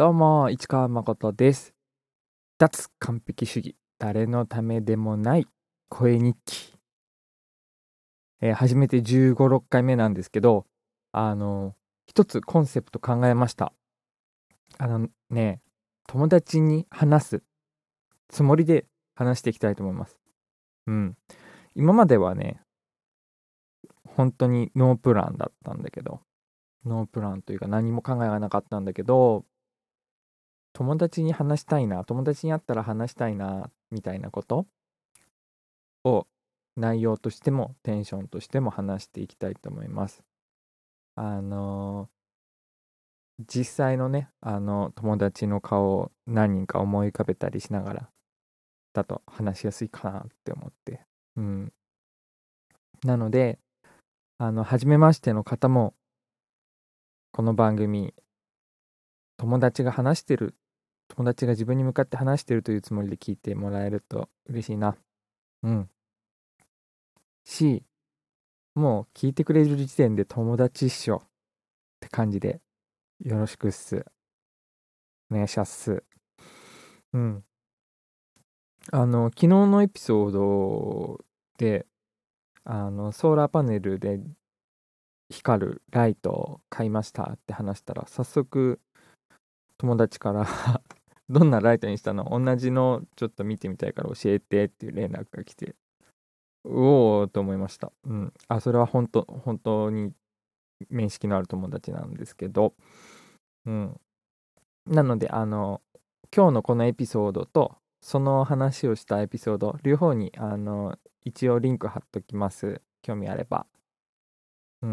どうも、市川誠です。脱完璧主義、誰のためでもない声日記。始めて15、6回目なんですけど、一つコンセプト考えました。あのね、友達に話すつもりで話していきたいと思います。うん。今まではね、本当にノープランだったんだけど、ノープランというか何も考えがなかったんだけど、友達に話したいな、友達に会ったら話したいな、みたいなことを内容としてもテンションとしても話していきたいと思います。あの実際のね、友達の顔を何人か思い浮かべたりしながらだと話しやすいかなって思って。うん。なので、初めましての方も、この番組、友達が話してる、友達が自分に向かって話してるというつもりで聞いてもらえると嬉しいな。うん。し、もう聞いてくれる時点で友達っしょって感じでよろしくっす。お願いします。うん。昨日のエピソードで、ソーラーパネルで光るライトを買いましたって話したら、早速友達からどんなライトにしたの同じのちょっと見てみたいから教えてっていう連絡が来て、うおーと思いました。うん。あ、それは本当に面識のある友達なんですけど、うん。なので、今日のこのエピソードと、その話をしたエピソード、両方に、一応リンク貼っときます。興味あれば。うん。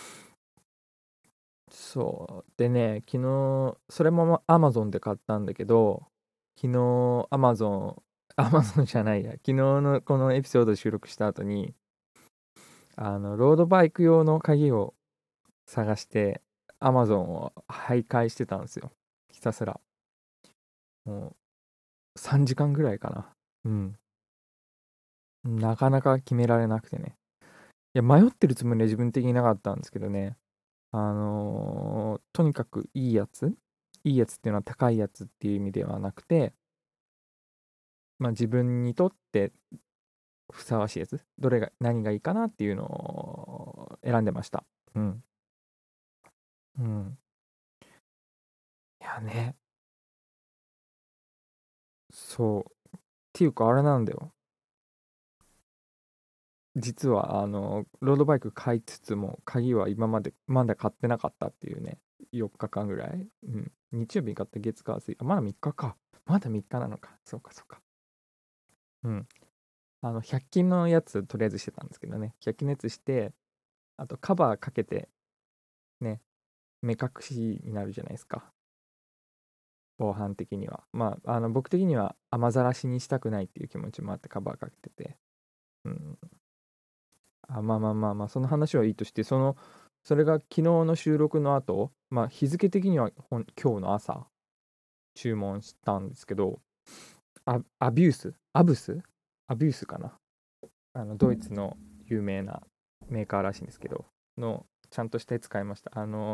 そう。でね、昨日、それも Amazon で買ったんだけど、昨日 Amazon じゃないや、昨日のこのエピソード収録した後に、ロードバイク用の鍵を探して、Amazon を徘徊してたんですよ。ひたすら。もう3時間ぐらいかな。うん。なかなか決められなくてね。いや、迷ってるつもりは自分的になかったんですけどね。とにかくいいやつっていうのは高いやつっていう意味ではなくて、まあ自分にとってふさわしいやつ、何がいいかなっていうのを選んでました。うん。うん。いやね、そう。っていうかあれなんだよ。実は、ロードバイク買いつつも、鍵は今までまだ買ってなかったっていうね、4日間ぐらい。うん。日曜日に買った月火水。あ、まだ3日か。まだ3日なのか。そうか、そうか。うん。100均のやつとりあえずしてたんですけどね。100均のやつして、あとカバーかけて、ね、目隠しになるじゃないですか。防犯的には。まあ、僕的には雨ざらしにしたくないっていう気持ちもあってカバーかけてて。うん。まあまあまあまあ、その話はいいとして、それが昨日の収録の後、まあ日付的には今日の朝注文したんですけど、アビュースアビュースかな。ドイツの有名なメーカーらしいんですけど、ちゃんとしたやつ買いました。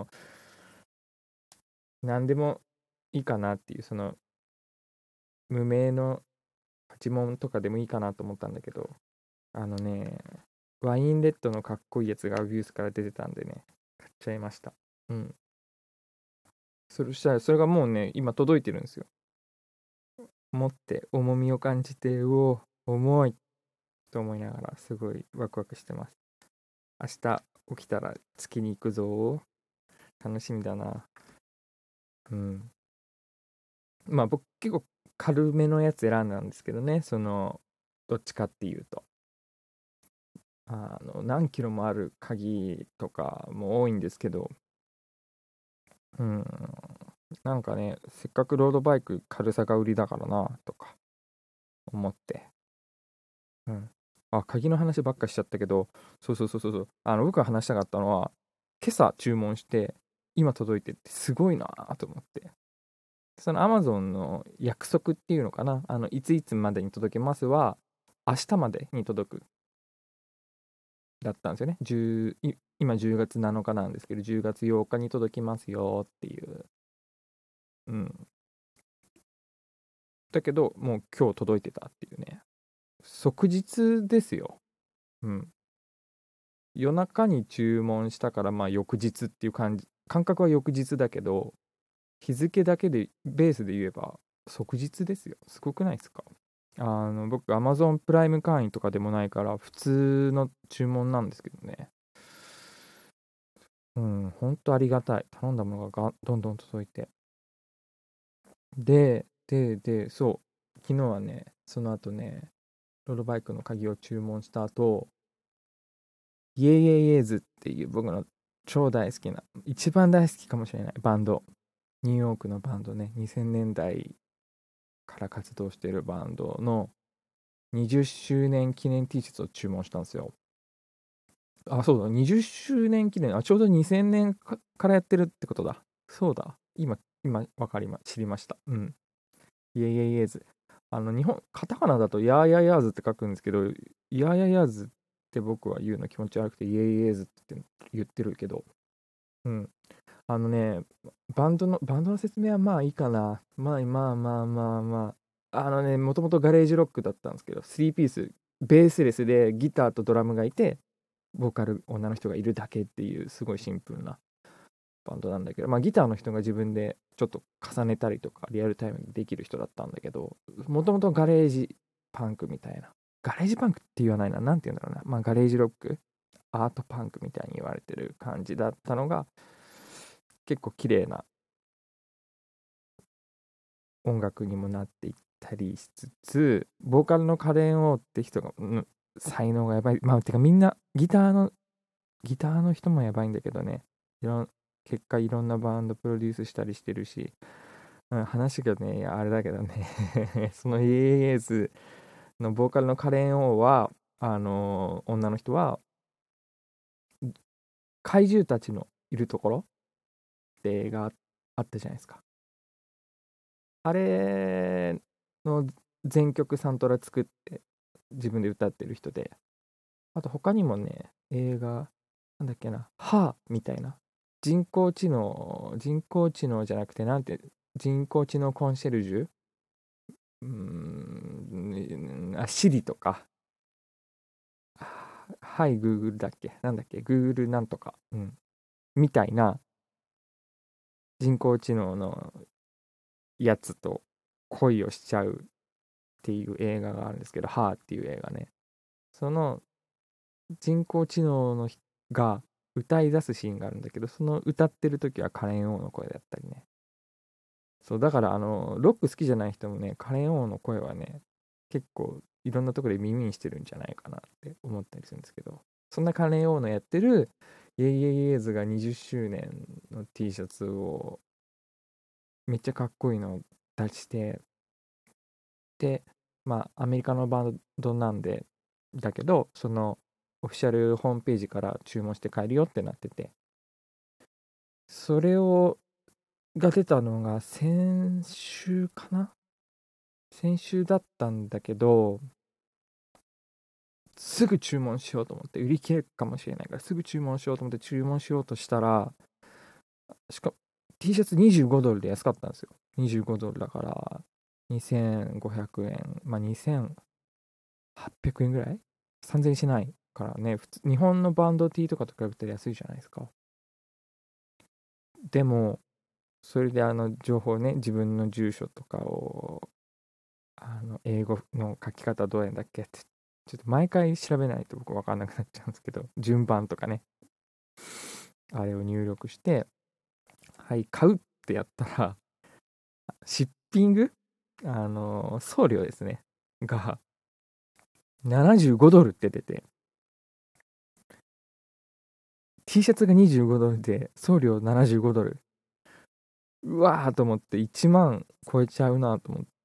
何でもいいかなっていう、無名のパチモンとかでもいいかなと思ったんだけど、あのね、ワインレッドのかっこいいやつがアビュースから出てたんでね、買っちゃいました。うん。そしたら、それがもうね、今届いてるんですよ。持って重みを感じて、うお、重いと思いながら、すごいワクワクしてます。明日起きたら月に行くぞ。楽しみだな。うん。まあ僕結構軽めのやつ選んだんですけどね、どっちかっていうと。何キロもある鍵とかも多いんですけど、うん。なんかね、せっかくロードバイク軽さが売りだからな、とか思って。うん。鍵の話ばっかしちゃったけど、そうそうそうそうそう。僕が話したかったのは、今朝注文して、今届いてってすごいなと思って。その Amazon の約束っていうのかな、いついつまでに届けますは、明日までに届くだったんですよね。今10月7日なんですけど、10月8日に届きますよっていう。 うん。だけど、もう今日届いてたっていうね。即日ですよ。うん。夜中に注文したから、まあ翌日っていう感覚は翌日だけど、日付だけで、ベースで言えば即日ですよ。すごくないですか？僕、Amazon プライム会員とかでもないから、普通の注文なんですけどね。うん、ほんとありがたい。頼んだものがどんどん届いて。で、そう、昨日はね、その後ね、ロードバイクの鍵を注文した後、イエイエイエーズっていう僕の超大好きな、一番大好きかもしれないバンド、ニューヨークのバンドね、2000年代から活動しているバンドの20周年記念 T シャツを注文したんですよ。あ、そうだ、20周年記念、ちょうど2000年からやってるってことだ。そうだ、知りました。うん。イエイエイエーズ。カタカナだとヤーヤヤーズって書くんですけど、ヤーヤヤーズって僕は言うの気持ち悪くて、イエイエイエーズって言ってるけど、うん。あのね、バンドの説明はまあいいかな。もともとガレージロックだったんですけど、3ピース、ベースレスでギターとドラムがいて、ボーカル、女の人がいるだけっていう、すごいシンプルなバンドなんだけど、まあギターの人が自分でちょっと重ねたりとか、リアルタイムでできる人だったんだけど、もともとガレージパンクみたいな。ガレージパンクって言わないな。なんて言うんだろうな。まあガレージロック、アートパンクみたいに言われてる感じだったのが、結構綺麗な音楽にもなっていったりしつつ、ボーカルのカレン・オーって人が、才能がやばい。まあ、てかみんな、ギターの人もやばいんだけどね、結果いろんなバンドプロデュースしたりしてるし、話がね、あれだけどねその EAS のボーカルのカレン・オーは、女の人は、怪獣たちのいるところって映画あったじゃないですか。あれの全曲サントラ作って自分で歌ってる人で、あと他にもね、映画、なんだっけな、みたいな、人工知能じゃなくて、人工知能コンシェルジュ、シリとか、はい、Google だっけなんだっけ ?Google なんとか、みたいな人工知能のやつと恋をしちゃうっていう映画があるんですけど、っていう映画ね。その人工知能のが歌い出すシーンがあるんだけど、その歌ってる時はカレン王の声だったりね。そう、だからロック好きじゃない人もね、カレン王の声はね、結構いろんなところで耳にしてるんじゃないかなって思ったりするんですけど、そんなカレン王のやってるイエイエイエーズが20周年の T シャツをめっちゃかっこいいのを出して、で、まあアメリカのバンドなんで、だけど、そのオフィシャルホームページから注文して買えるよってなってて、それが出たのが先週かな、先週だったんだけど、すぐ注文しようと思って、売り切れるかもしれないから、すぐ注文しようと思って注文しようとしたら、しかも T シャツ25ドルで安かったんですよ。25ドルだから、2500円、まあ2800円ぐらい ?3000 円しないからね、普通、日本のバンド T とかと比べたら安いじゃないですか。でも、それで情報ね、自分の住所とかを、英語の書き方どうやんだっけって、ちょっと毎回調べないと僕分かんなくなっちゃうんですけど、順番とかね、あれを入力して、はい、買うってやったら、シッピング送料ですね、が75ドルって出て、T シャツが25ドルで送料75ドル。うわーと思って1万超えちゃうなと思って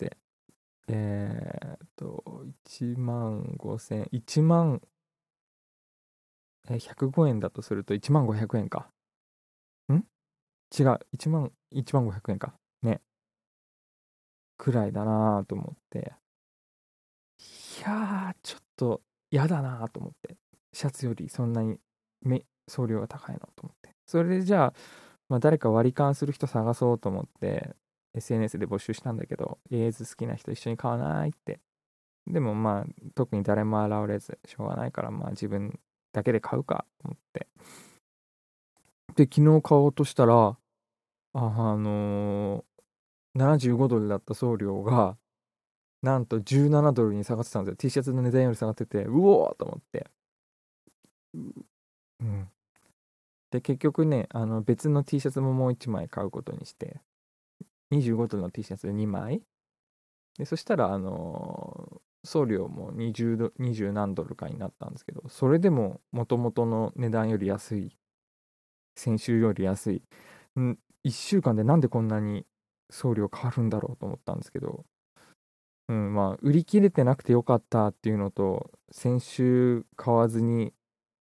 。1万5000、1万、105円だとすると1万500円か。違う、1万500円か。ね。くらいだなと思って。いやー、ちょっと嫌だなと思って。シャツよりそんなに送料が高いのと思って。それでじゃあ、まあ、誰か割り勘する人探そうと思って、 SNS で募集したんだけど、イエーズ好きな人一緒に買わないって。でもまあ、特に誰も現れず、しょうがないから、まあ自分だけで買うかと思って。で、昨日買おうとしたら、75ドルだった送料が、なんと17ドルに下がってたんですよ。T シャツの値段より下がってて、うおーと思って。うん。で、結局ね、別の T シャツももう1枚買うことにして、25ドルの T シャツ2枚。で、そしたら、送料も20何ドルかになったんですけど、それでも元々の値段より安い、先週より安い。1週間でなんでこんなに送料変わるんだろうと思ったんですけど、まあ、売り切れてなくてよかったっていうのと、先週買わずに、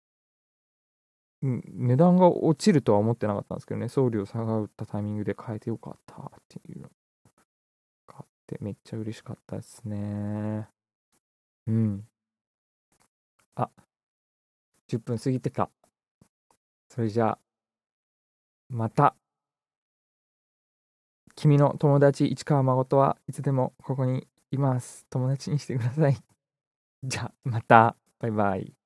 値段が落ちるとは思ってなかったんですけどね、送料下がったタイミングで買えてよかったっていうのがあってめっちゃ嬉しかったですね。うん。あ、10分過ぎてた。それじゃあ、また、君の友達市川誠はいつでもここにいます。友達にしてください。じゃあ、また。バイバイ。